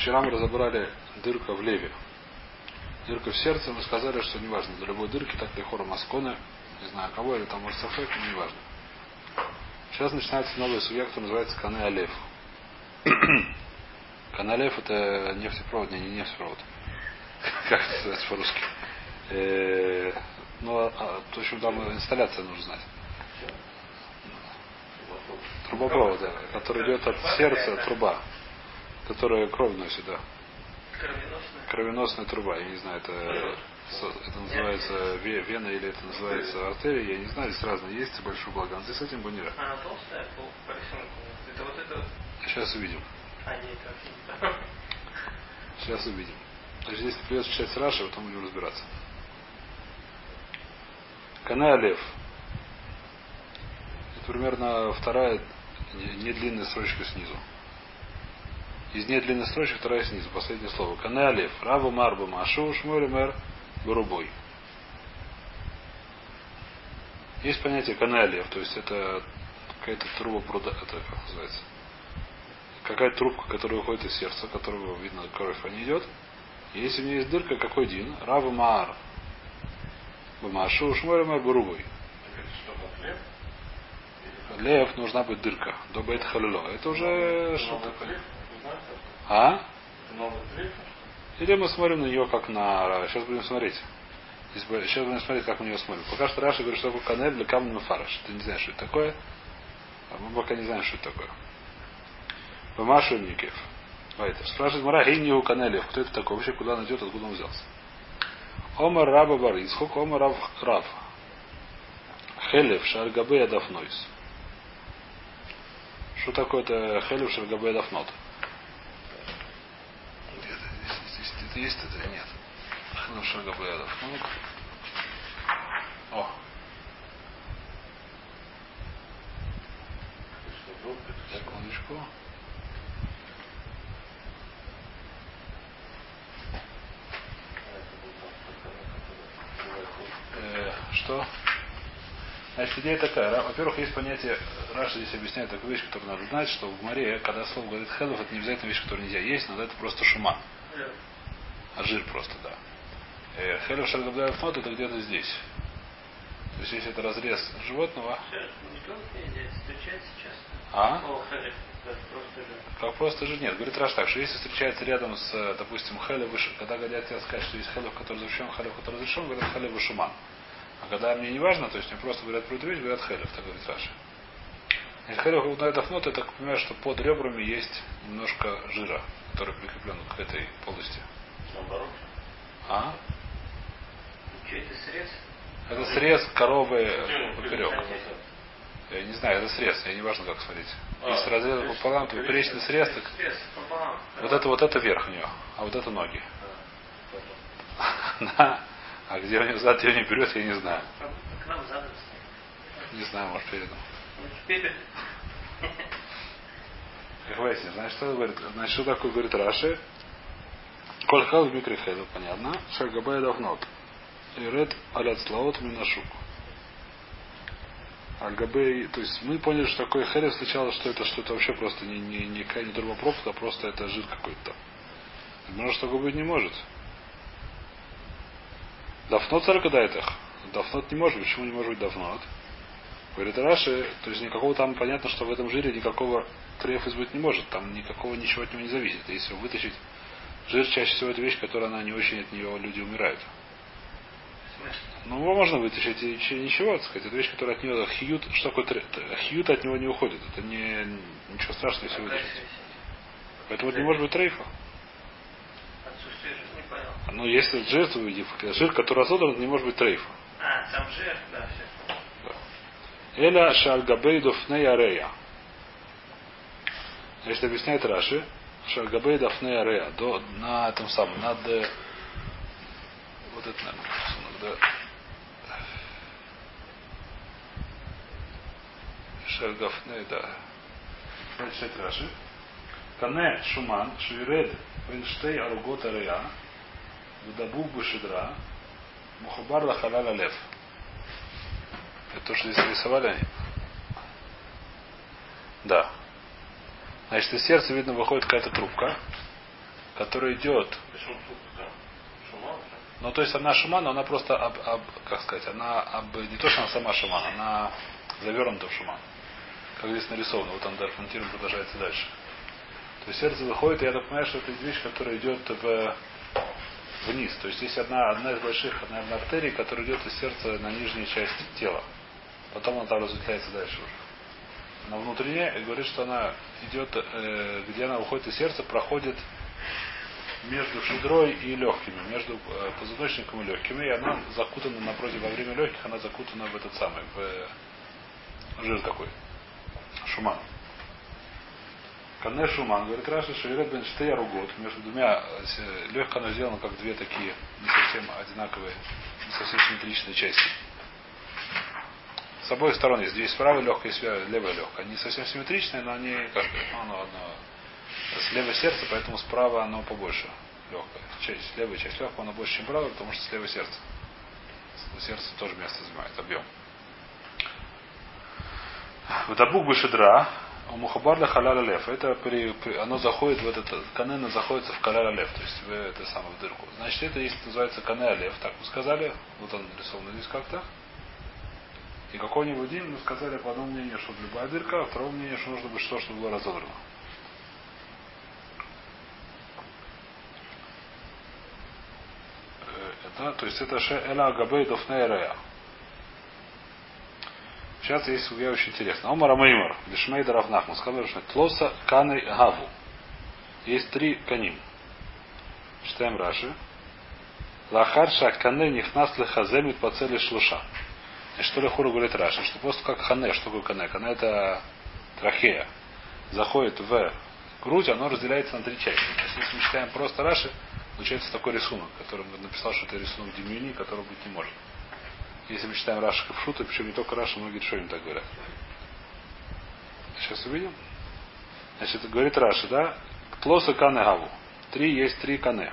Вчера мы разобрали дырка в леве. Дырка в сердце, мы сказали, что не важно. Для любой дырки, так и хора масконы, не знаю кого, или там Марсафек, но не важно. Сейчас начинается новый субъект, который называется Кане Алеф. Кане Алеф это нефтепровод, не нефтепровод. Как это называется по-русски? Ну, в общем, там инсталляция нужно знать. Трубопровод, да, который идет от сердца, труба, которая кровь носит, да. Кровеносная труба, я не знаю, это называется вена или это называется артерия, я не знаю, здесь разные есть, большой благан. Здесь с этим бунира. Она толстая по рисунку? Это вот это? Сейчас увидим. Нет, Сейчас увидим. Значит, здесь придется читать Раши, потом будем разбираться. Кане Алеф. Это примерно вторая недлинная строчка снизу. Из недлинной строчки вторая снизу, последнее слово. Кане Алеф. Раву Марбу Машу Шмуэль Мэр Барубой. Есть понятие Кане Алеф, то есть это какая-то труба пруда, это как называется? Какая-то трубка, которая выходит из сердца, которого видно, кровь по ней идет. И если у нее есть дырка, какой дин? Раву Маар. Машу Шмуэль Мэр Барубой. Лев нужна быть дырка. До бейт халило. Это уже что такое? А? Или мы смотрим на нее как на... Сейчас будем смотреть. Сейчас будем смотреть, как мы на нее смотрим. Пока что Раша говорит, что такое канель для камня фараш. Ты не знаешь, что это такое. А мы пока не знаем, что это такое. Бамашу Никев. Спрашивает Мара, Гейнию канелев. Кто это такой? Вообще, куда он идет, откуда он взялся? Омар Раба Барис. Сколько Омар Рав? Хелев Шаргабе Адафнойс. Что такое-то Хелев Шаргабе Адафнот? Здесь это есть, это нет. Хелев Шаргабе Адафнот. О. Секундочку. Что? Значит, идея такая. Во-первых, есть понятие, Раша здесь объясняет такую вещь, которую надо знать, что в Гмаре, когда слово говорит хелов, это не обязательно вещь, которую нельзя есть, но это просто шуман. А жир просто, да. Хелев шаргабдаев нот это где-то здесь. То есть, если это разрез животного. А? Как просто жир нет. Говорит Раш так, что если встречается рядом с, допустим, хелев, когда говорят тебе сказать, что есть хелев, который разрешен, хелев, который разрешен, говорят хелев и шуман. А когда мне не важно, то есть мне просто говорят про эту вещь, говорят хелев, так говорит Раша. Если хелев на это фнот, я так понимаю, что под ребрами есть немножко жира, который прикреплен к этой полости. Наоборот. А? Что это срез? Это срез коровы поперек. Я не знаю, это срез, я не важно как смотреть. Если разрезать пополам, то поперечный срез, так вот это верх у нее, а вот это ноги. А где у него зад ее не берет, я не знаю. К нам задом. Не знаю, может передом. Теперь. Как выяснить, значит, что говорит? Значит, что такое говорит Раши? Кольхал в микрохеду, понятно. Шагабай давнот. И ред аляд слаот минашук. Альгабей, то есть мы поняли, что такое хелев сначала, что это что-то вообще просто не трубопровод, а просто это жир какой-то. Но что такое быть не может. Дафнот царкадайтах. Дафнот не может. Почему не может быть дафнот? Говорит Раши, то есть никакого там, понятно, что в этом жире никакого трефа быть не может. Там никакого ничего от него не зависит. Если вытащить жир, чаще всего это вещь, которая она не очень от нее люди умирают. Ну, его можно вытащить и ничего, так сказать. Это вещь, которая от нее хьют, что такое хьют от него не уходит. Это ничего страшного, если вытащить. Поэтому это не может быть трейфа. Ну, если жир, то жир, который разодран, не может быть трейфа. А, сам жир, да, все. Эля шальгабейдов неярея. Значит, объясняет Раши, шальгабейдов неярея, на этом самом, над вот это, наверное, шальгафне, да. Значит, Раши. Кане шуман, швиред, венштей аругот арея, вдабух бушидра, мухабар лахалал алев. Это то, что здесь рисовали они? Да. Значит, из сердца, видно, выходит какая-то трубка, который идет. Ну, то есть она шума, но она просто, как сказать, не то, что она сама шума, она завернута в шуман. Как здесь нарисовано. Вот он дальфунтиром продолжается дальше. То есть сердце выходит, и я так понимаю, что это вещь, которая идет вниз. То есть есть одна из больших, наверное, артерий, которая идет из сердца на нижнюю часть тела. Потом она там разветвляется дальше уже. Она внутренняя, и говорит, что она идет, где она выходит из сердца, проходит между шудрой и легкими, между позвоночником и легкими, и она закутана напротив, во время легких, она закутана в этот самый, в жир такой. Шуман. Канне шуман, говорит Раши, шейрет бен штей аругот, между двумя, легко оно сделано, как две такие, не совсем одинаковые, не совсем симметричные части. С обоих сторон есть. Здесь правая легкая и левая легкая. Они совсем симметричные, но они как оно слева сердце, поэтому справа оно побольше. Легкое. Левая часть легкого, она больше, чем правая, потому что слева сердце. Сердце тоже место занимает, объем. Вдабук бешедра, у мухабарля халяля лев. Это оно заходит в этот канена заходится в халяля лев, то есть в это самое в дырку. Значит, это есть называется канея лев, так мы сказали. Вот он нарисован здесь как-то. И какой-нибудь день мы сказали по одному мнению, что любая дырка, а второму мнению, что нужно быть что, чтобы было разодрано. То есть это эла агабей дофнея. Сейчас есть сугия очень интересно. Омар Амаймар, Лишмейда Равнахман, сказал, что тлоса каны гаву. Есть три каним. Читаем Раши. Лахарша кане нихнас лехаземит по цели шлуша. И что Лехуру говорит Раши, что просто как хане, что такое кане? Кане это трахея. Заходит в грудь, оно разделяется на три части. Если мы читаем просто Раши, получается такой рисунок, который он написал, что это рисунок Демьюни, которого быть не может. Если мы читаем Раши Капшута, причем не только Раши, многие решения так говорят. Сейчас увидим. Значит, говорит Раши, да? Тлоса кане гаву. Есть три кане.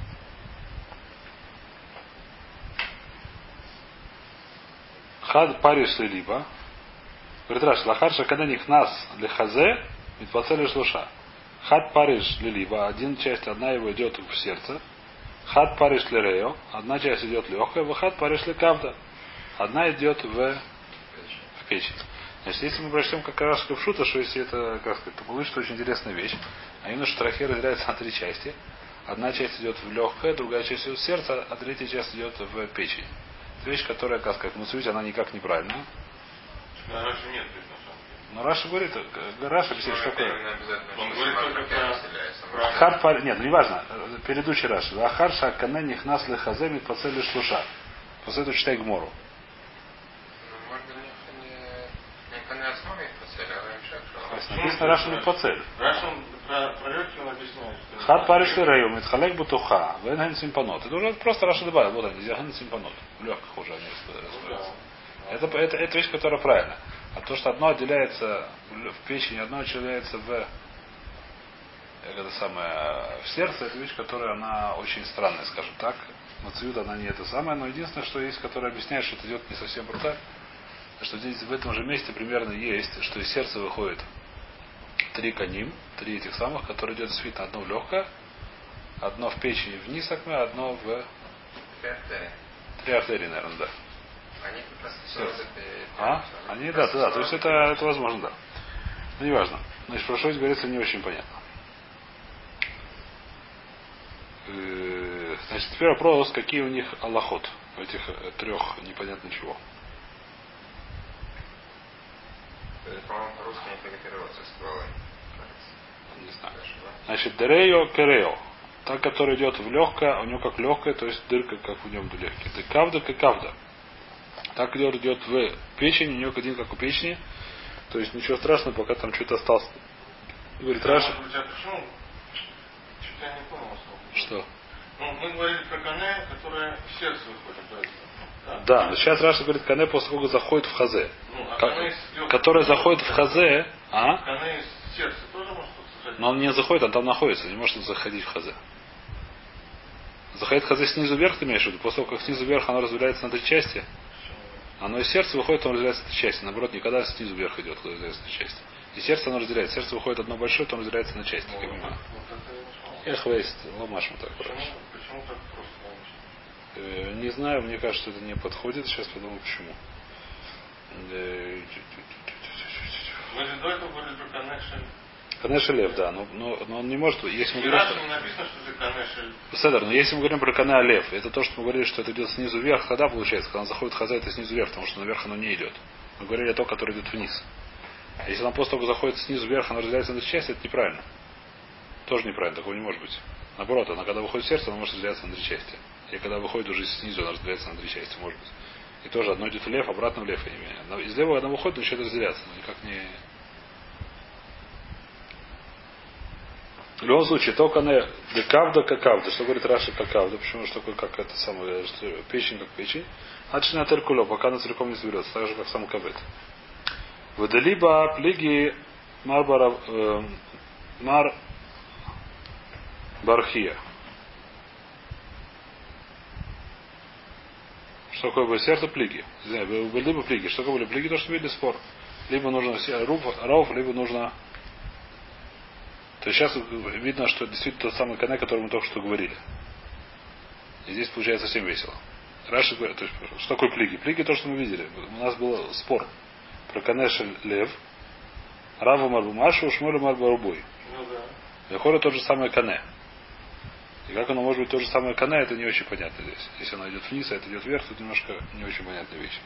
Хад париш либо. Говорит Раши, лахарша кане нихнас лехазе, митпацели шлуша. Хад париш либо. Одна его идет в сердце. Хад париш лерео. Одна часть идет легкая. Хад париш лекавда. Одна идет в печень. Значит, если мы прочтем как раз Капшута, что если это, как сказать, то получится очень интересная вещь. А именно, что трахея разделяется на три части. Одна часть идет в легкое, другая часть идет в сердце, а третья часть идет в печень. Это вещь, которая, как сказать, муцуить, она никак неправильная. На Раши нет, но Раша говорит, Раша объясняет, что такое. Он говорит только про... Хад пар... Нет, не важно. Предыдущий Раша. Ахар шакане нихнас лехаземит по цели шлуша. После этого читай Гмору. Написано Раша не по цели. Раша про легкий он объясняет. Хад париш лерею, митхалек бутуха, венген симпанот. Это уже просто Раша добавил. Вот они, зяген симпанот. В легких уже они разбираются. Это вещь, которая правильна. А то, что одно отделяется в печени, одно отделяется в сердце, это вещь, которая она очень странная, скажем так. Мациют она не это самое, но единственное, что есть, которое объясняет, что это идет не совсем про так, что здесь в этом же месте примерно есть, что из сердца выходит три каним, три этих самых, которые идет действительно одно в легкое, одно в печени вниз окна, одно в... Три артерии, наверное, да. Они как раз сердце. Они, да. То есть это возможно, да. Но не важно. Значит, про что здесь говорится, не очень понятно. Значит, теперь вопрос, какие у них аллахот, у этих трех непонятно чего. По-моему, по-русски не переводится с стволой. Не знаю. Значит, дерео керео. Та, которая идет в легкое, у него как легкое, то есть дырка, как в нем легкий. Декавда, кавда. Так идет в печень, у него один как у печени. То есть ничего страшного, пока там что-то осталось. Говорит Раша. Я не понял. Что? Ну, мы говорили про кане, которая в сердце выходит. Да, но сейчас Раша говорит, кане после того, как заходит в хазе. Которая заходит в хазе, Кане из сердца тоже может заходить? Но он не заходит, он там находится, не может заходить в хазе. Заходит в хазе снизу вверх, ты имеешь в виду? После того, как снизу вверх оно разделяется на три части, оно из сердца выходит, он разделяется на три части. Наоборот, никогда снизу вверх идет, когда разделяется на части. И сердце оно разделяется. Сердце выходит одно большое, то он разделяется на части, как я понимаю. Эхвейст, ломаш мы так раньше. Почему так просто? Не знаю, мне кажется, что это не подходит. Сейчас подумаю, почему. Мы же до этого говорили про Канешель. Канешель Лев, да, но он не может, если мы И говорим, раньше не написано, что это Канешель. Седер, но если мы говорим про Канеа Лев, это то, что мы говорили, что это идет снизу вверх, тогда получается, когда он заходит в хазай, это снизу вверх, потому что наверх оно не идет. Мы говорили о том, который идет вниз. А если он после того, как заходит снизу вверх, оно разделяется на 3 части, это неправильно. Тоже неправильно, такого не может быть. Наоборот, она когда выходит в сердце, она может разделяться на 3 части. И когда выходит уже снизу, она разделяется на 3 части, может быть. И тоже одно идет в лев, обратно в лев, я имею. Но из левого она выходит, начинает разделяться, но никак не... В любом случае, то кане декавда какавда. Что говорит Раша какавда? Почему что такое как это самое печень как печень? Ачна теркуло, пока она целиком не соберется, так же как сам кавет. Выдалиба плиги мар бархия. Что такое было сердце плиги? Не знаю, либо плиги. Что такое были плиги? То, что видели спор. Либо нужно ров, либо нужно. То есть сейчас видно, что действительно тот самый кане, о котором мы только что говорили. И здесь получается совсем весело. Раши говорит, то есть, что такое плиги? Плиги то, что мы видели. У нас был спор про канешель лев, Раву Марбу Машу, Шмолю Марбу Рубой. Ну да. Выходит тот же самый кане. И как оно может быть то же самое кане, это не очень понятно здесь. Если оно идет вниз, а это идет вверх, тут немножко не очень понятная вещь.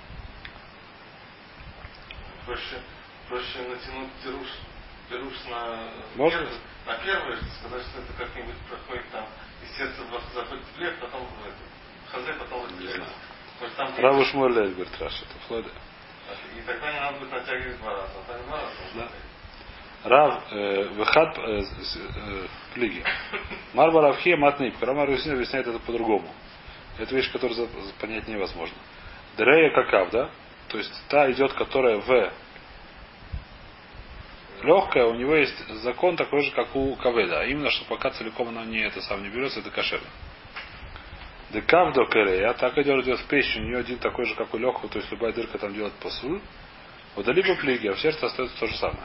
Проще натянуть Пируш Можно? на первое, сказать, что это как-нибудь проходит там, из сердца заходит в лев, потом в это. Хазе, потом разделяется. Раву Шмоль говорит Раша, это Флода. И тогда не надо будет натягивать 2 раза. А так 2 раза. Да. Рав выхад плиги. Марба Равхия матный. Рамар Русин объясняет это по-другому. Это вещь, которую понять невозможно. Дрея какав, да? То есть та идет, которая в легкая, у него есть закон такой же, как у каведа. А именно, что пока целиком она не это сам не берется, это кошерно. Декав до керея, так идет в печень, у нее один такой же, как у легкого, то есть любая дырка там делает посуль. Удали по плиге, а в сердце остается то же самое.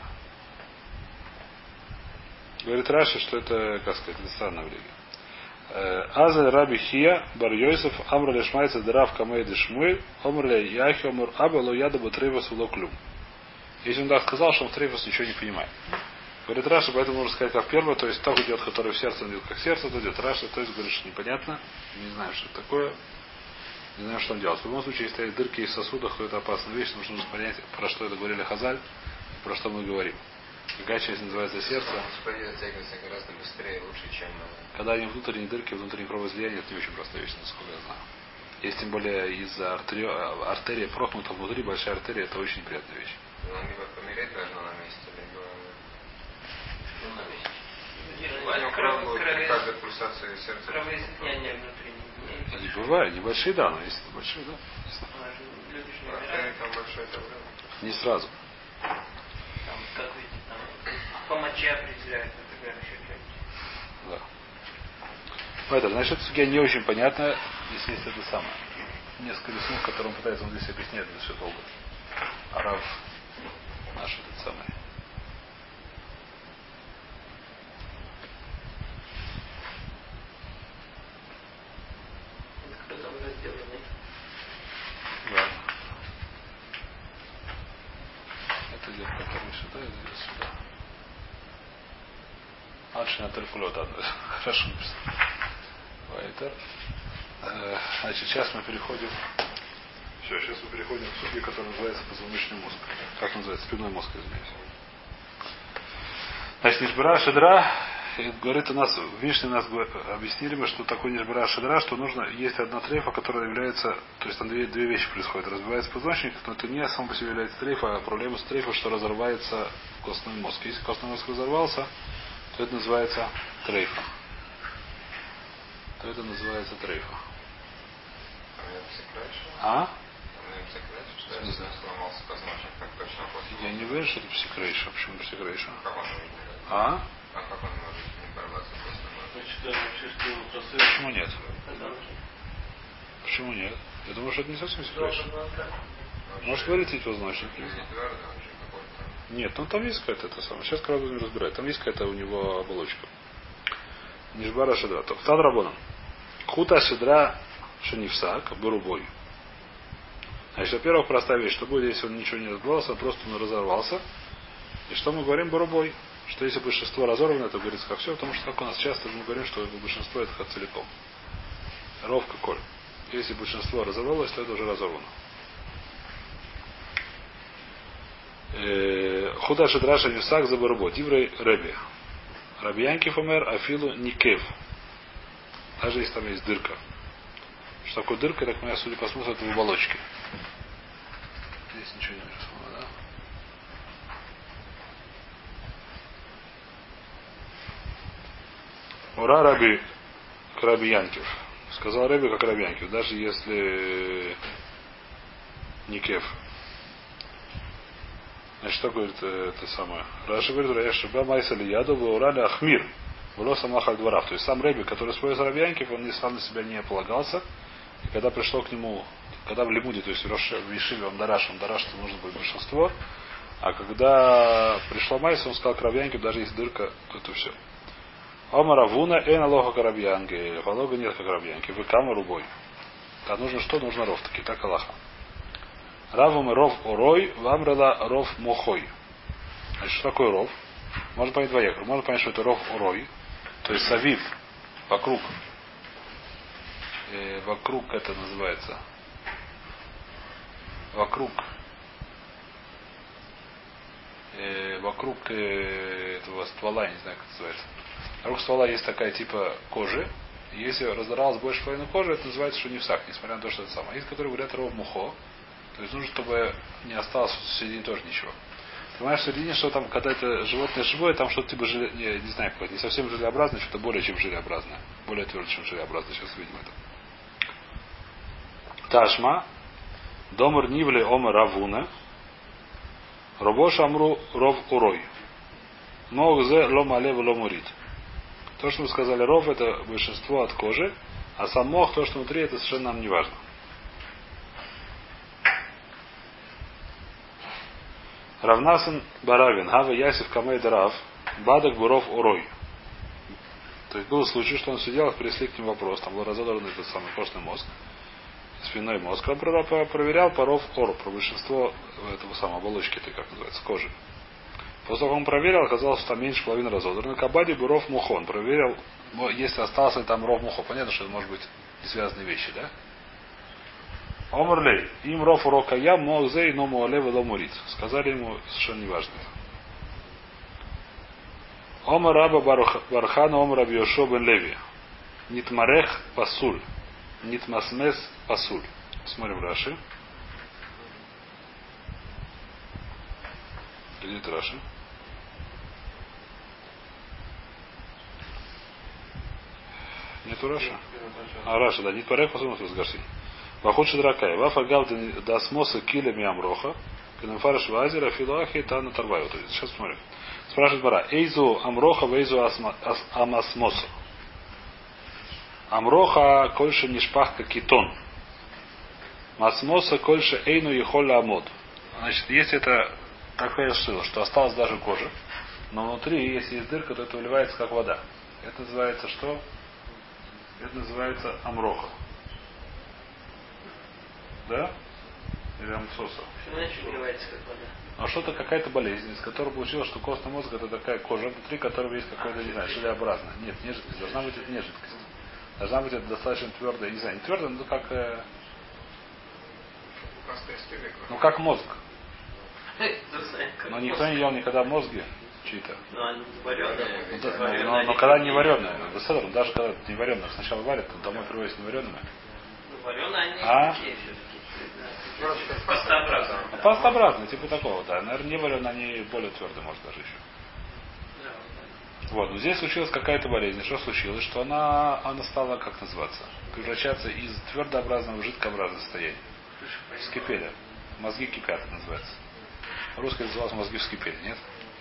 Говорит Раши, что это, как сказать, это странная влияние. Аза Раби Хия, Бар Йосеф, Амра Лешмайца, Драв Камейды Шмуэль, Омрля Яхи, Омр Аба, Лояда Батрейвас Улоклюм. Если он так сказал, что он в Трейвас ничего не понимает. Говорит Раша, поэтому можно сказать, как первое, то есть так идет, который в сердце, он идет как сердце, то идет Раша, то есть говорит, что непонятно, не знаю, что это такое, не знаю, что он делает. В любом случае, если стоят дырки в сосудах, то это опасная вещь, нужно понять, про что это говорили Хазаль, про что мы говорим. Какая часть называется сердце. Затягивается гораздо быстрее, лучше, чем... Когда они внутренние дырки, внутренние кровоизлияния, это не очень простая вещь, насколько я знаю. Если тем более из-за артерии проткнута внутри, большая артерия, это очень неприятная вещь. Он либо помереть должно на месте, либо... Ну, на месте. Каждая пульсация сердца... Кровоизлияние внутри. Не бывает, небольшие, да, но если большие, да. Артерия там большой, это время. Не сразу. Там, как видите, там по моче определяют, например, еще что-нибудь. Да. Поэтому, значит, судья не очень понятно, если есть это самое. Несколько рисунков, которые он пытается он здесь объяснять, это все долго. Арав наш этот самый. Кто там разделенный? Да. Это идет который сюда, это идет сюда. Ачна теркулота. Хорошо написано. Вайтер. Значит, сейчас мы переходим. Все, сейчас мы переходим к судье, который называется позвоночный мозг. Как называется? Спинной мозг, извиняюсь. Значит, Нишбара Шедра, говорит у нас, в Мишне нас объяснили мы, что такое Нишбара Шедра, что нужно, есть одна трейфа, которая является, то есть там две вещи происходят. Разбивается позвоночник, но это не сам по себе является трейфа, а проблема с трейфой, что разрывается костный мозг. Если костный мозг разорвался, то это называется трейфа. То это называется трейфа. А? Что если сломался позвоночник, так точно после... Я не уверен, что это психрейша. Почему психрейша? Как он может? А? А как он может не порваться после мозга? Мы считаем вообще, что процесс... Почему нет? Почему нет? Я думаю, что это не совсем психрейша. Может вылететь позвоночник? Не знаю. Нет, ну там есть какая-то это самое. Сейчас, правда, не разбирать. Там есть какая-то у него оболочка. Нишбара шедра. Тан рабонан. Хута шедра шенифсак, барубой. Значит, во-первых, простая вещь, что будет, если он ничего не разбивался, просто он разорвался. И что мы говорим барубой? Что если большинство разорвано, это говорится как все, потому что как у нас часто мы говорим, что большинство это как целиком. Ров какой. Если большинство разорвалось, то это уже разорвано. Худа шедраша нефсак за барубой. Диврей Реби. Раби Янкив умер, афилу никев. Даже если там есть дырка. Что такое дырка, так моя судя по смыслу, это в оболочке. Здесь ничего не нарисовано, да? Ура, Раби, как Раби Янкив. Сказал Раби, как Раби Янкив. Даже если никев. Значит, что говорит это самое? Раша говорит, Раша Майса ли яду, урали ахмир. Было самахаль дворав. То есть сам Рэби, который спорил с Раби Янкив, он сам на себя не полагался. И когда пришло к нему, когда в Лимуде, то есть в Ешиве он дараш, что нужно будет большинство. А когда пришла Майса, он сказал к Раби Янкиву, даже если дырка, то это все. Омара Вуна, эна лоха карабьянги. Лога нет как Раби Янкив. Вы кама рубой. А нужно что? Нужно ров таки. Так Аллаха. Равум ров орой, вамрала ров мохой. Значит, что такое ров? Можно понять двояко. Можно понять, что это ров орой. То есть савив. Вокруг. Вокруг это называется. Вокруг. Вокруг этого ствола, я не знаю, как это называется. Вокруг ствола есть такая типа кожи. И если раздралась больше половины кожи, это называется, что не всак, несмотря на то, что это самое. Есть, которые говорят ров мухо. То есть нужно, чтобы не осталось в середине тоже ничего. Понимаешь, в середине, что там, когда это животное живое, там что-то типа не знаю, какое-то, не совсем желеобразное, что-то более чем желеобразное. Более твердое, чем желеобразное. Сейчас увидим это. Ташма. Домар нивле ома равуна. Робош амру ров урой. Могзе ломалев ломурит. То, что мы сказали ров, это большинство от кожи, а сам мох, то, что внутри, это совершенно нам не важно. Равнасан Баравин, Хава Ясив Камей Дарав, Бадак Буров Урой. То есть был случай, что он сидел, пришли к нему вопрос, там был разодран этот самый костный мозг, спинной мозг, он проверял паров ору, про большинство этого самого оболочки, это как называется, кожи. После того, как он проверил, оказалось, что там меньше половины разодраны. Кабади Буров Мухон проверил, если остался ли там ров мухо. Понятно, что это может быть не связанные вещи, да? Омрлей, им ров урока я, мозей, но муалева ломурит. Сказали ему совершенно неважно. Омар раба бархана, омар раби Йошуа бен Леви. Нитмарех пасуль. Нитмасмес пасуль. Смотрим Раши. Где это Раши? Нету Раши? А, Раши, да, нитмарех пасуль, у нас Гарсин. Вахудши дракай. Вафагав дасмоса киля миамроха. Кенамфараш вазера филахи тана тарваю. Сейчас смотрим. Спрашивает Бара. Эйзу амроха, вейзу амасмосу. Амроха кольше нишпах китон. Масмоса кольше эйну ехоля амод. Значит, если это такая шила, что осталась даже кожа, но внутри, если есть дырка, то это выливается как вода. Это называется что? Это называется амроха. Да? Или амсоса. Что значит выливается как вода? А что-то какая-то болезнь, из которой получилось, что костный мозг это такая кожа, внутри которой есть какое-то, не знаю, желеобразное. Нет, не жидкость. Должна быть это не жидкость. Должна быть это достаточно твердая, не знаю, не твердая, но как ну как мозг. Но никто не ел никогда мозги чьи-то. Но когда не вареные, даже когда не вареные, сначала варят, а домой привозят невареными. Вареные они такие все-таки. Пастообразные. Пастообразные, типа такого, да. Наверное, не вареные, они более твердые, может, даже еще. Вот, но здесь случилась какая-то болезнь. Что случилось? Что она стала, как называться, превращаться из твердообразного в жидкообразное состояние. Вскипели. Мозги кипят, это называется. Русский называлось мозги вскипели, нет?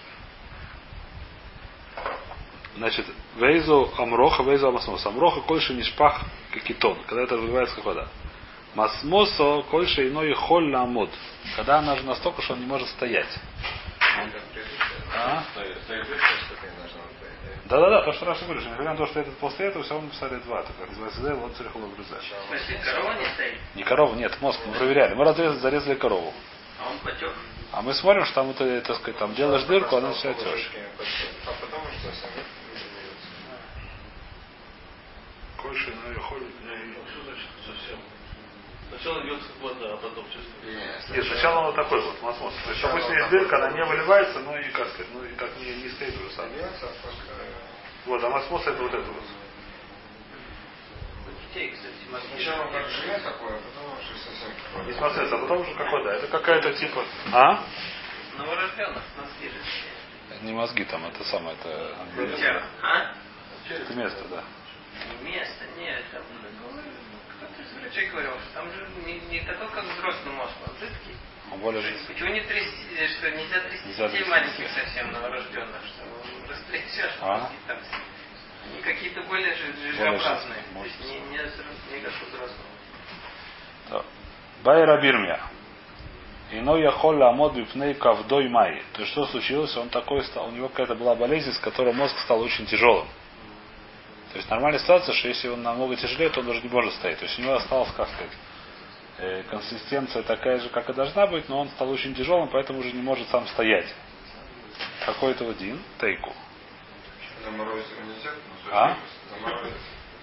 Значит, вейзу амроха, вейзу амасмоса. Амроха кольше нишпах китон, когда это выливается как вода. Масмосо кольше иной холь амод, когда она же настолько, что он не может стоять. Да-да-да, то, что Раша говорит, что несмотря на то, что этот после этого, все равно написали два. Так как называется Д, вот царихуло груза. В смысле, корова не стоит? Не корова, нет, мозг, мы проверяли. Мы зарезали корову. А он потек? А мы смотрим, что там, это, так сказать, там делаешь дырку, она все отешь. А потому что сами Кольши, но я холю. Что значит совсем? Сначала льется вода, а потом чувствует. Нет, сначала он вот такой вот, масмос. То есть обычно есть дырка, она не выливается, но и как сказать, ну и как не стоит уже сам. Вот, а масмос это вот это вот. У детей, кстати, сначала как желе такое, а потом уже совсем Не смосмес, а потом уже какой, да. Это какая-то типа. А? новорожденных мозги же. Это не мозги там, это самое, это. А? Это место, да. Место, нет, там, кто-то из врачей говорил, что там же не такой, как взрослый мозг, он жидкий. Он более жидкий. Почему не трясти, что нельзя трясти детей маленьких совсем новорожденных, что он растрясешь, там, они какие-то более жижеобразные, то есть не как у взрослого. Байра Бирмия. Ино я холла амод бипней кавдой май. То есть что случилось? Он такой стал, у него какая-то была болезнь, с которой мозг стал очень тяжелым. То есть нормальная ситуация, что если он намного тяжелее, то он уже не может стоять. То есть у него осталась, как сказать, консистенция такая же, как и должна быть, но он стал очень тяжелым, поэтому уже не может сам стоять. Какой-то один тейку. заморозить нельзя? А? Заморозить.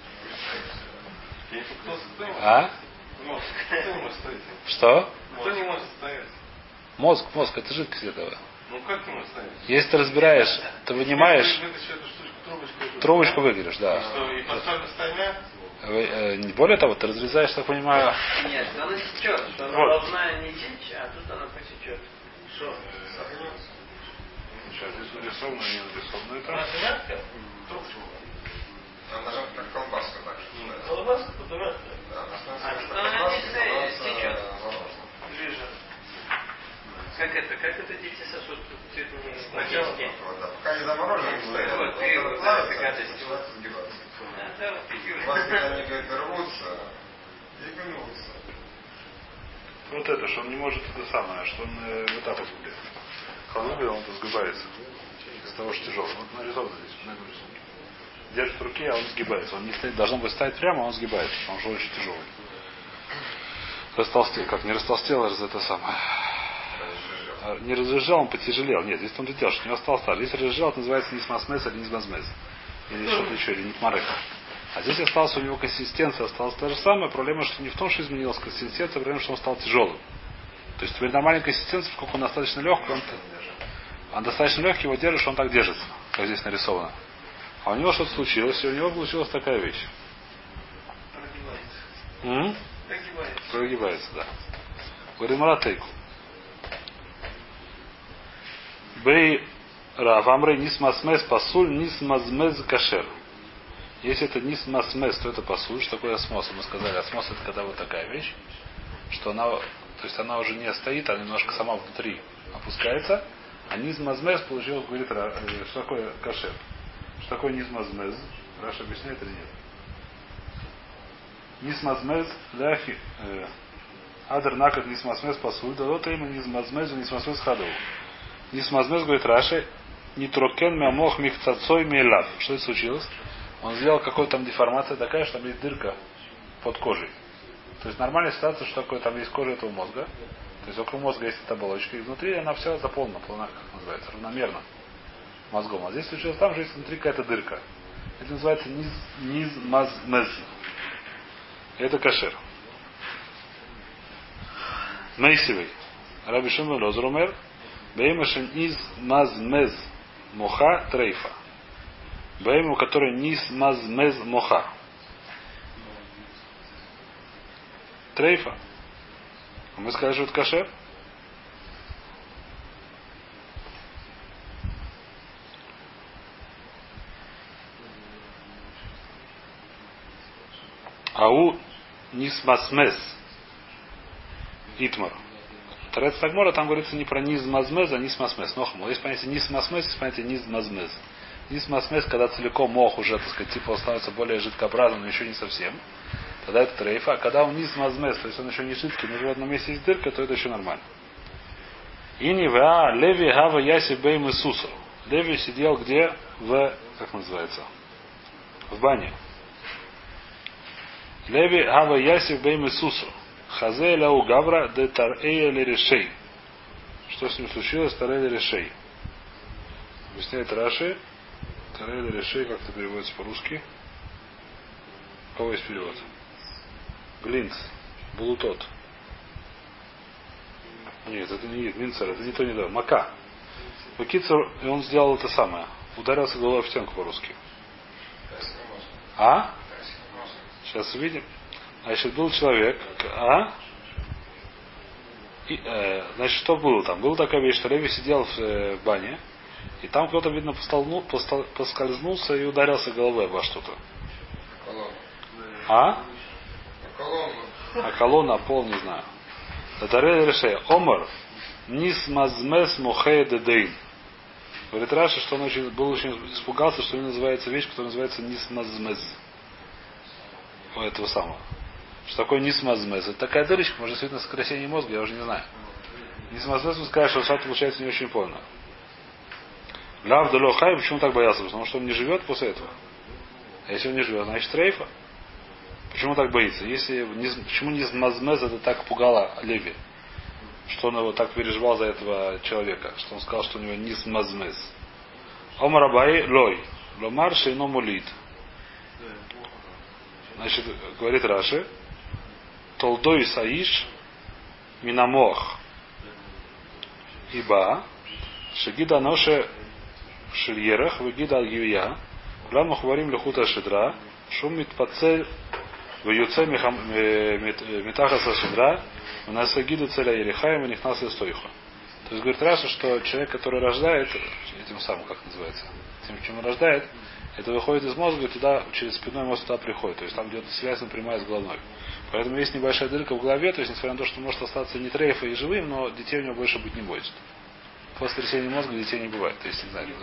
А? Кто не может стоять? Что? Кто не может стоять? Мозг, это жидкость этого. Ну как не может стоять? Если ты разбираешь, ты вынимаешь, Вытащишь эту штучку, трубочку. трубочку выиграешь, да. Что, и поставлю стаймя? Более того, ты разрезаешь, так понимаю. Нет, она течет, что она Вот. должна не течь, а тут она потечет. Что? Сейчас здесь нарисовано, не нарисовано. Это Она же мягкая? Трубочку. Она даже как колбаска так же. Колбаска, это мягкая. Да, она А становится что как она колбаска, не становится течет? замороженной. Жижа. Как это дети сосут цветные Сначала пакетики? Вот, да. Пока не замороженный стоит, Вот, он и вот плавится, эта гадость. начинает сгибаться. Да, У вас когда они, говорит, рвутся и гнутся. вот это, что он не может это самое, что он вот так вот будет. Холодный, он тут сгибается. Из того, что тяжелый. Вот нарисовано здесь, на рисунке. Держит в руке, а он сгибается. Он не стоит, должен быть стоять прямо, а он сгибается. Он же очень тяжелый. Растолстел, как не растолстел, а это самое. Не разжижал, он потяжелел. Нет, здесь он дело, что у него остался стар. Если разжижал, это называется нисмасмес или нисмазмез. Или что-то еще, или нитмарека. А здесь осталась у него консистенция, осталась та же самая. Проблема, что не в том, что изменилась консистенция, проблема, что он стал тяжелым. То есть теперь нормальная консистенция, поскольку он достаточно легкий, он достаточно легкий, его держишь, он так держится, как здесь нарисовано. А у него что-то случилось, и у него получилась такая вещь. Прогибается. Прогибается, да. Говорит Маратейку. Бей Равамрей нисмасмес пасуль нисмазмез кашер. Если это нисмасмес, то это пасуль. Что такое осмос? Мы сказали, осмос это когда вот такая вещь, что она, то есть она уже не стоит, она немножко сама внутри опускается. А нисмазмез получилось, говорит, что такое кашер. Что такое нисмазмез? Раша объясняет или нет? Нисмазмез ляхи. Адер накат нисмазмез пасуль. Дадота има нисмазмезу нисмазмез хадов. Нисмазмез, говорит Раши, нитрокен мямох михцацой мейлав. Что это случилось? Он сделал какую-то там деформацию такая, что там есть дырка под кожей. То есть нормальная ситуация, что такое, там есть кожа этого мозга. То есть вокруг мозга есть эта оболочка, и внутри она вся заполнена, как называется, равномерно мозгом. А здесь случилось там же есть внутри какая-то дырка. Это называется низмазмез. Это кашер. Мейсивый. Раби Шимон Лозрумер. Беймашин из мазмез моха трейфа. Бейму, который низ мазмез моха. Трейфа. Мы сказали, что это кашер. Ау нисмасмез. Итмар. Тарец Тагмора, там говорится не про низмазмез, а нисмасмез. Нохму. Есть понятие нисмасмез, есть понятие низмазмез. Нисмасмез, когда целиком мох уже, так сказать, типа он становится более жидкообразным, но еще не совсем. Тогда это трейфа. А когда он нисмазмез, то есть он еще не жидкий, но в одном месте есть дырка, то это еще нормально. И не леви гава яси бейм Иисусу. Леви сидел где? Как называется? В бане. Леви Гава Ясив Бейм Исусу. Хазе Ляу Гавра де Тарея Лерешей. Что с ним случилось? Тарея Лерешей. Объясняет Раши. Тарея Лерешей, как это переводится по-русски? У кого есть перевод? Глинц. Булутот. Нет, это не Глинцер, это не то, не то. Мака. Покицер, и он сделал это самое. Ударился головой в стенку по-русски. А? Сейчас увидим. Значит, был человек. Значит, что было там? Была такая вещь, что Леви сидел в бане, и там кто-то, видно, поскользнулся и ударился головой обо что-то. Колонна, пол, не знаю. Татарель решей. Омар. Нис мазмес мухей дедейн. Говорит Раши, что он был очень испугался, что у него называется вещь, которая называется нис мазмез. У этого самого. Что такое нисмазмез? Это такая дырочка, может, действительно сокращение мозга, я уже не знаю. Нисмазмез, вы скажете, что что-то получается не очень полно. Лав далё хай, почему так боялся? Потому что он не живет после этого. А если он не живет, значит трейфа. Почему так боится? Почему нисмазмез это так пугало Леви? Что он его так переживал за этого человека? Что он сказал, что у него нисмазмез. Омар Абай лой. Ломар шейно молит. Значит, говорит Раши, Толдой Саиш Минамох Иба Шигида Ноше Шильерах Вегида Аль-Гивия Ламу Хварим Лехута Шидра Шум Митпацель Вьюце Митахаса Шидра Насагиду Целя Ерехаем и Нихнаса Стойха. То есть говорит Раши, что человек, который рождает, этим самым, как называется, тем, чем он рождает, это выходит из мозга и туда, через спинной мозг туда приходит. То есть там идет связь напрямую с головной. Поэтому есть небольшая дырка в голове, то есть несмотря на то, что он может остаться не трейфа и живым, но детей у него больше быть не будет. После трясения мозга детей не бывает. То есть не знаю,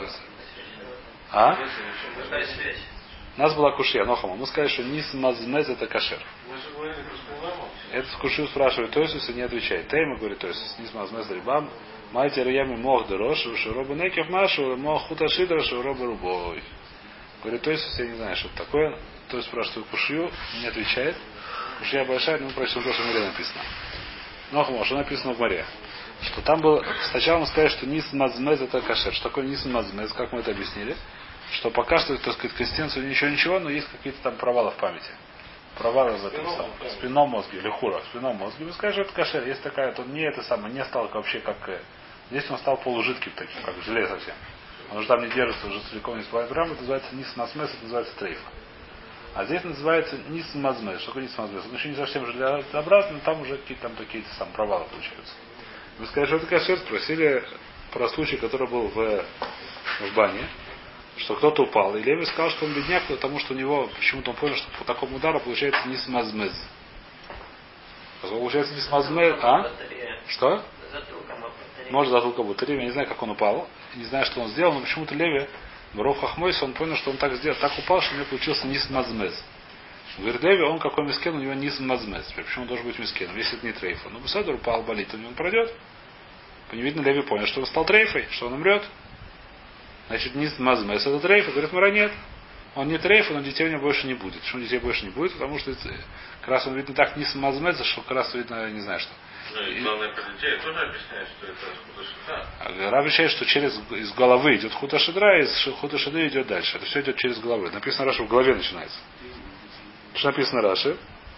У нас была кушья, Нохама. Мы сказали, что нис мазмез это кашер. Это кушью спрашивает Тойсус и не отвечает. Тейма говорит Тойсус, нис мазмез рибам, майте раями мох дорош, шуроба некев машу, мох хуташидра, шуроба рубой. Говорит, Тойсус, я не знаю, что это такое. Тойсус спрашивает кушью, не отвечает. Кушья большая, но мы прочтем то, что в море написано. Нохама, что написано в море? Что там было, сначала мы сказали, что нис мазмез это кашер. Что такое нис мазмез, как мы это объяснили? Что пока что, так сказать, консистенцию ничего, но есть какие-то там провалы в памяти. Провалы в этом самом. В спинном мозге, или хура, в спинном мозге. Вы скажете, это кашер. Есть такая, то не это самое, не стал вообще как... Здесь он стал полужидким таким, как желе совсем. Он уже там не держится, уже целиком не спает прямо, это называется нис мазмез, это называется трейф. А здесь называется нис мазмез. Что такое нис мазмез? Он еще не совсем желеобразный, но там уже какие-то там такие самые провалы получаются. Вы скажете, что это кашер, спросили про случай, который был в бане, что кто-то упал. И Леви сказал, что он бедняк, потому что у него, почему-то он понял, что по такому удару получается нис мазмез. Получается нис мазмез, Что? Может, затылка батареи. Я не знаю, как он упал. Не знаю, что он сделал, но почему-то Леви, Барух Хахмойс, он понял, что он так сделал, так упал, что у него получился нис мазмез. Говорит, Леви, он какой мискен, у него нис мазмез. Почему он должен быть мискеном, если это не трейфа? Ну, Беседор упал, болит, у него он пройдет. Видно, Леви понял, что он стал трейфой, что он умрет. Значит, нис мазмез это трейфа. Говорит, Мара, нет. Он не трейфа, но детей у него больше не будет. Почему детей больше не будет? Потому что как раз он, видно, так нис мазмез, что как раз видно, не знаю что. Ну и главное про детей тоже объясняет, что это худошидра. Рав объясняет, что из головы идет худошидра, из худошидры идет дальше. Это все идет через головы. Написано Раши, в голове начинается. Что написано Раши?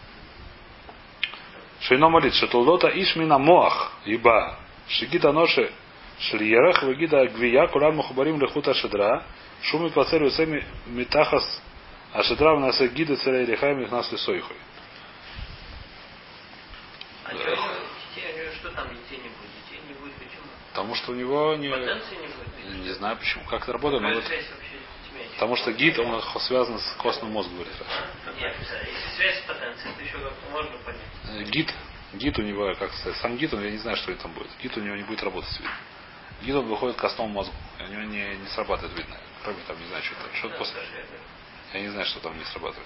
Шейно молит, что толдота ишмина моах, иба, шигита ноши шлиерах, вегида гвия, куран мухабарим лехута шидра, шуми плацеру семи митахас, а шидра в нас гида целя ирихаем их нас лисойхой. Что там детей не будет? Детей не будет почему? Потому что у него не... Потенции не будет? Не знаю почему. Как это работает, но вот... Потому что гид, он связан с костным мозгом, говорит Раша. Нет, если связь с потенцией, то еще как-то можно понять. Гид у него, как сказать, сам гид, я не знаю, что это там будет. Гид у него не будет работать, видно. Гид он выходит к костному мозгу. И у него не срабатывает, видно. Кроме там, не знаю, что там. Что после... Я не знаю, что там не срабатывает.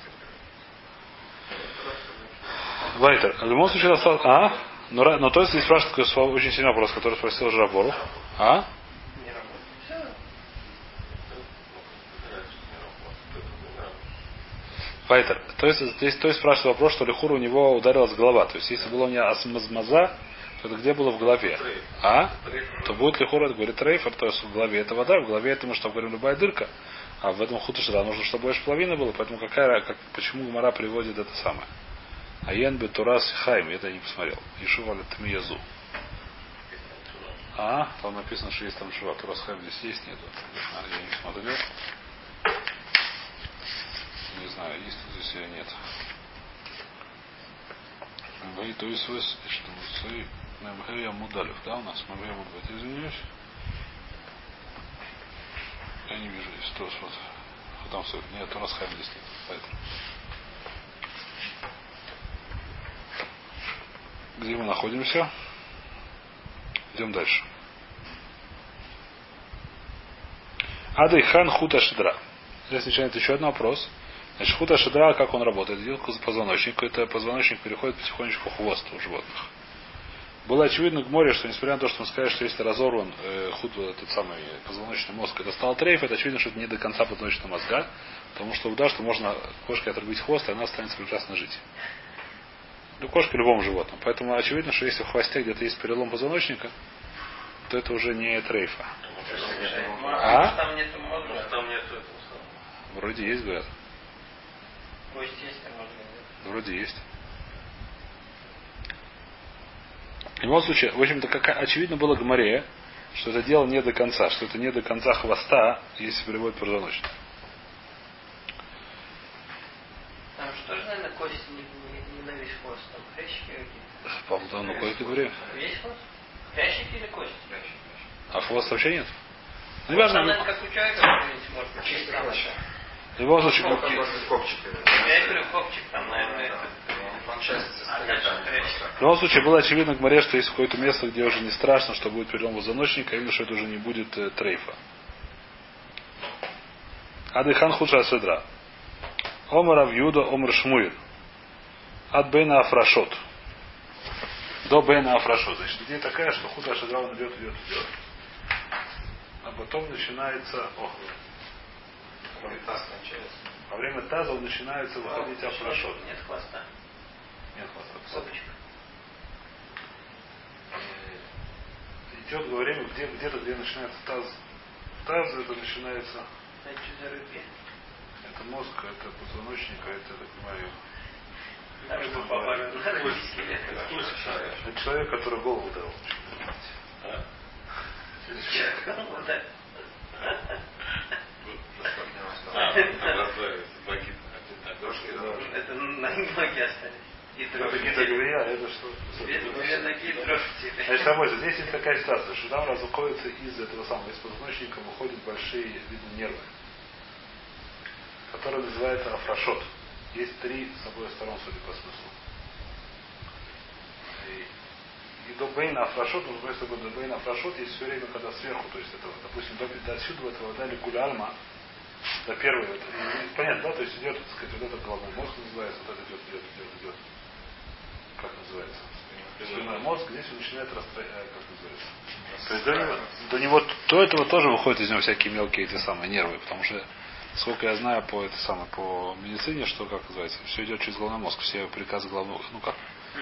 Вайтер. В любом случае, осталось... Но то есть здесь спрашивает очень сильный вопрос, который спросил Жрабору. Поэтому, то есть здесь спрашивает вопрос, что Лихура у него ударилась голова. То есть если было у меня асмазмаза, то это где было в голове? То будет Лихура, говорит Рейфер, то есть в голове это вода, в голове это мы что говорим любая дырка. А в этом хуту шира нужно, чтобы больше половины было, поэтому почему Гмара приводит это самое? Аен бе Турас Хайм, это я не посмотрел. Ишува Тмиязу. Там написано, что есть там Шува. Турас Хайм здесь есть, нету. Я не смотрел. Не знаю, есть тут здесь или нет. То есть вы что Мемхея Мудалев, да, у нас Мемхея Мудалев, извиняюсь. Я не вижу здесь. То вот. Там все. Нет, у нас Хайм здесь нет. Поэтому. Где мы находимся? Идем дальше. Ады хан хута шидра. Здесь начинается еще один вопрос. Значит, хута шидра, как он работает? Идет к позвоночнику. Это позвоночник переходит потихонечку к хвосту у животных. Было очевидно в море, что несмотря на то, что мы сказали, что если разорван этот самый позвоночный мозг, это стал трейф, это очевидно, что это не до конца позвоночного мозга, потому что да, что можно кошке отрубить хвост, и она останется прекрасно жить. Ну, кошка любому животному. Поэтому очевидно, что если в хвосте где-то есть перелом позвоночника, то это уже не трейфа. Там нет мозга, там нет этого. Вроде есть, говорят. Кость есть, а мозга нет. Вроде есть. В любом случае, в общем-то, как очевидно было Гмаре, что это дело не до конца, что это не до конца хвоста, если переводит позвоночник. Там что же, наверное, кость не на весь хвост, там хрящики какие-то. По-моему, ну кое-какое время. Весь хвост? Хрящики или кость? А хвост вообще нет? Ну, важно, наверное, как у человека, может быть, чисто. В любом случае, я говорю, копчик там, наверное, в любом случае, было очевидно в Гмаре, что есть какое-то место, где уже не страшно, что будет перелом позвоночника, именно что это уже не будет трейфа. Адыхан хуша седра. Омар Авьюда, Омар Шмуир. От Бейна Афрашот. До Бейна Афрашот. Значит, идея такая, что хута седра он идет. А потом начинается... Во время таза он начинается выходить Афрашот. Нет хвоста. Нет хвоста. Сопочка. Идет во время, где-то, где начинается таз. Таз это начинается... Это мозг, это позвоночник, а это, так понимаю... Это человек, который голову дал. Это на ноги остались. И дрожки. Это что? Значит, работает. Здесь есть такая ситуация, что там разуходится из этого самого, из позвоночника выходят большие, видно, нервы, которые называются афрашот. Есть 3 с обоих сторон, судя по смыслу. И до Бейна Афрашот, но с тобой до Бейна Афрашот есть все время, когда сверху, то есть это, допустим, до отсюда вот этого дали Куляльма, до первой, вот, понятно, да, то есть идет, так сказать, вот этот головной мозг называется, вот этот идет. Как называется? Спинной мозг, здесь он начинает как называется? То есть до него, до этого тоже выходят из него всякие мелкие эти самые нервы, потому что, сколько я знаю по по медицине, что как называется, все идет через головной мозг, все приказы головного, ну как.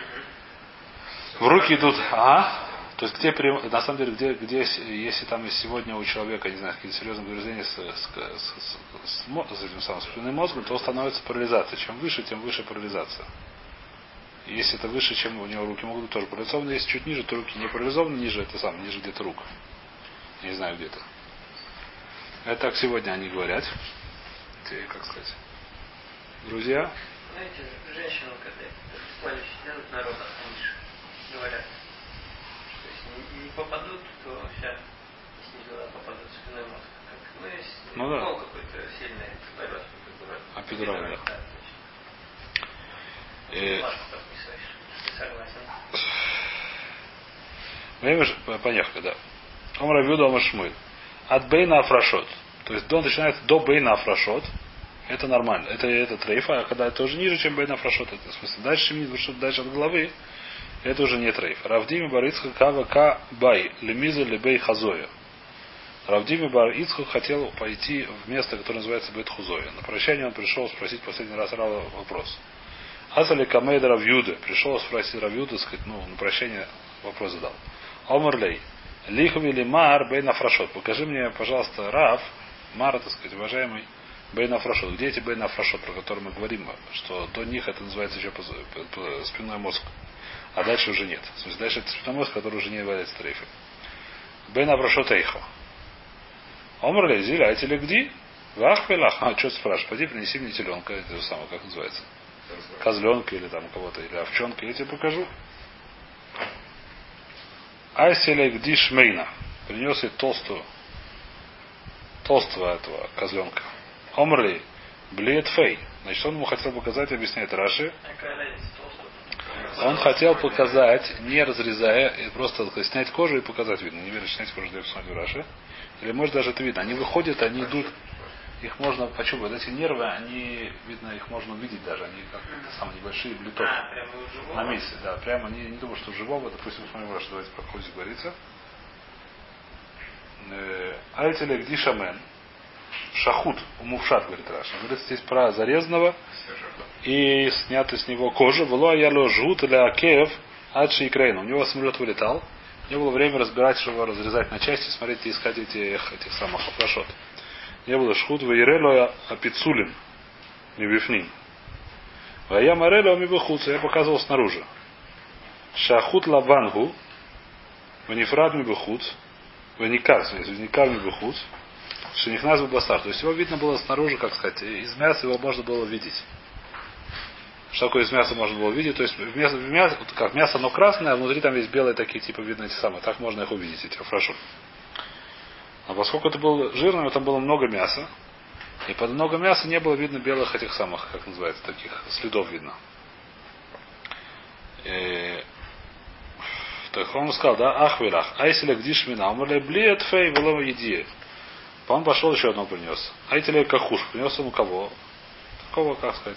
В руки идут, то есть на самом деле, где если там есть сегодня у человека, не знаю, какие-то серьезные повреждения с этим самым спинным мозгом, то становится парализация. Чем выше, тем выше парализация. Если это выше, чем у него руки могут быть тоже парализованы, если чуть ниже, то руки не парализованы, ниже ниже где-то рук. Я не знаю где-то. Это так сегодня они говорят. Как сказать? Друзья? Знаете, женщину, когда буквально делают народ, они же говорят, что если не попадут, то сейчас, если не туда попадут в спинной мозг. Ну да. Какой-то сильный эпидурал, да. Время поехали, да. Омар Авьюда, Омар Шмуэль. От Бейна Афрашот. То есть начинается до Бейна Афрашот. Это нормально. Это трейфа, а когда это уже ниже, чем Бейна Афрашот, это в смысле дальше, чем что дальше от головы, это уже не трейф. Равдими Барицка Кава Ка Бай. Лемиза Лебей Хазоя. Равдими бар Ицхак хотел пойти в место, которое называется Бет-Хузоя. На прощание он пришел спросить последний раз Рава вопрос. Асали Камейда Равьюда. Пришел спросить Равьюда, сказать, на прощание вопрос задал. Омарлей. Лихвили Мар Бейн Афрашот. Покажи мне, пожалуйста, Рав, Мар, так сказать, уважаемый, Бейн Афрашот. Где эти Бейн Афрашот, про которые мы говорим, что до них это называется еще спинной мозг. А дальше уже нет. В смысле, дальше это спинной мозг, который уже не является трейфой. Бейн Афрашот Эйхо. Омрлей, зиляйте ли где? Вахвелах. А, что ты спрашиваешь? Пойди принеси мне теленка. Это же самое, как называется? Козленка или там кого-то, или овчонка. Я тебе покажу. Айселей гди шмейна. Принес ей толстого этого козленка. Омрли. Блиет фей. Значит, он ему хотел показать, объясняет Раши. Он хотел показать, не разрезая, просто снять кожу и показать видно. Не веришь, снять кожу, дай посмотреть Раши. Или может даже это видно. Они выходят, они идут. Их можно почувствовать. Эти нервы, они, видно, их можно увидеть даже. Они как самые небольшие блитоки. На месте, да. Прямо не думаю, что живого. Допустим, смотрим, что давайте по ходу говорится. Альтеля гди шамен. Шахут, умувшат, говорит Раша. Говорит здесь про зарезанного и снятый с него кожу. Было яло жгут или акеев адши и крейн. У него самолет вылетал. Не было времени разбирать, его разрезать на части, смотреть и искать этих самых афрашот. Не было шхут ваирело апицулин мибифним. Вая марело мибихуца. Я показывал снаружи. Шахут лавангу ванифрад мибихуц. Ваникар мибихуц. Шенихназ басар. То есть его видно было снаружи, как сказать, из мяса его можно было видеть. Что такое из мяса можно было видеть? То есть как мясо, оно красное, а внутри там есть белые такие, типа видно эти самые. Так можно их увидеть, эти афрашот. А поскольку это было жирное, там было много мяса. И под много мяса не было видно белых этих самых, как называется, таких следов видно. Так он сказал, да, ахвилах, айселя гдишмина, умерли блиет фей вело едие. Он пошел еще одно принес. Айтеле кахуш. Принес он у кого? Такого, как сказать?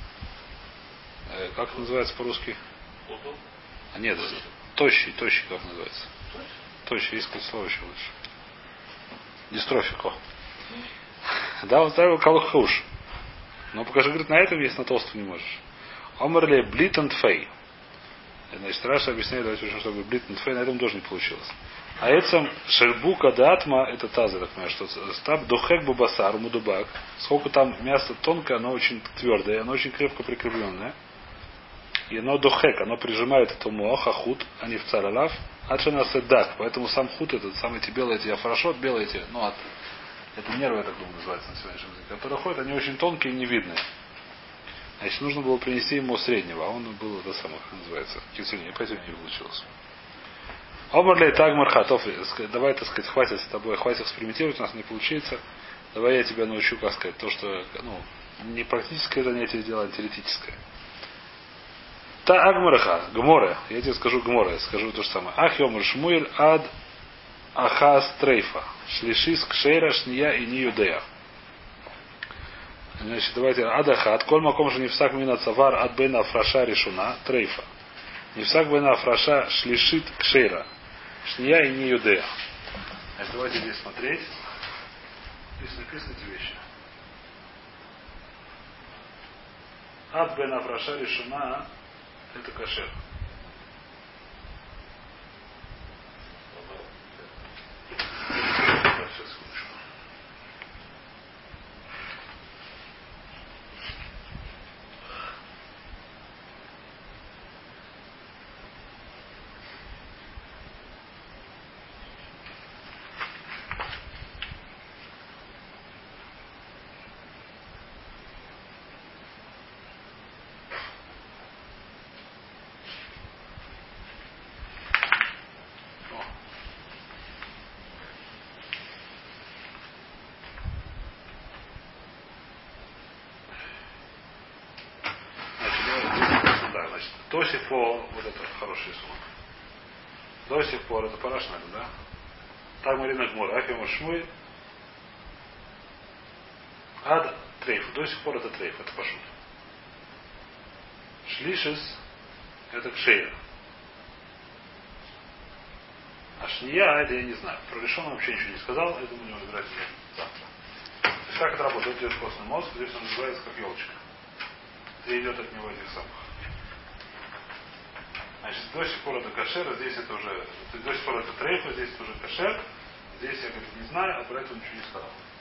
Как это называется по-русски? А нет, тощий, как называется? Тощий, есть какое слово еще лучше. Дистрофико. Да, он ставил калхуш. Но покажи, говорит, на этом есть, на толстом не можешь. Омерле блитент фей. Значит, Раша объясняет, давайте причем, чтобы блитент фей, на этом тоже не получилось. А этим шербука датма, это таз, я так понимаю, что стаб дохек бабасар, мудубак. Сколько там мясо тонкое, оно очень твердое, оно очень крепко прикрепленное. И оно дохек, оно прижимает это муаха худ, а не в царалав. Ачана седак, поэтому сам худ, этот самый эти белые, эти афрашот, белые эти, это нервы, я так думаю, называется на сегодняшнем языке, которые ходят, они очень тонкие и невидные. Значит, нужно было принести ему среднего, а он был это самое, как называется, кисельнее, поэтому не получилось. Омарлей Тагмар Хатов, давай, так сказать, хватит с тобой, хватит экспериментировать, у нас не получится. Давай я тебя научу, как сказать, то, что, не практическое занятие дело, а теоретическое. Та Агмараха, Гморе, я тебе скажу Гморе, скажу то же самое. Ахьомр Шмуэль ад Ахас Трейфа, Шлишис Кшейра Шния и Ниюдея. Значит, давайте, Адахат, коль маком же нефсак мина цавар ад бейна фраша решуна, Трейфа. Нефсак бейна фраша шлишит Кшейра. Шния и не юдея. Значит, давайте здесь смотреть. Здесь написаны эти вещи. Ад бен афраша решена это кашер. До сих пор, вот это хороший рисунок. До сих пор, это парашнак, да? Так Марина Гмор, Ахима Шмуй. Ад трейф. До сих пор это трейф, это пашут. Шлишис это кшейра. А шния, это я не знаю. Про решен вообще ничего не сказал, я думаю, не разбирать завтра. То есть как это работает? Вот идет костный мозг, здесь он называется как елочка. И идет от него этих самых. Значит, до сих пор это кашер, а здесь это уже, до сих пор это трейфа, здесь это уже кашер, здесь я, говорит, не знаю, а про это ничего не сказал.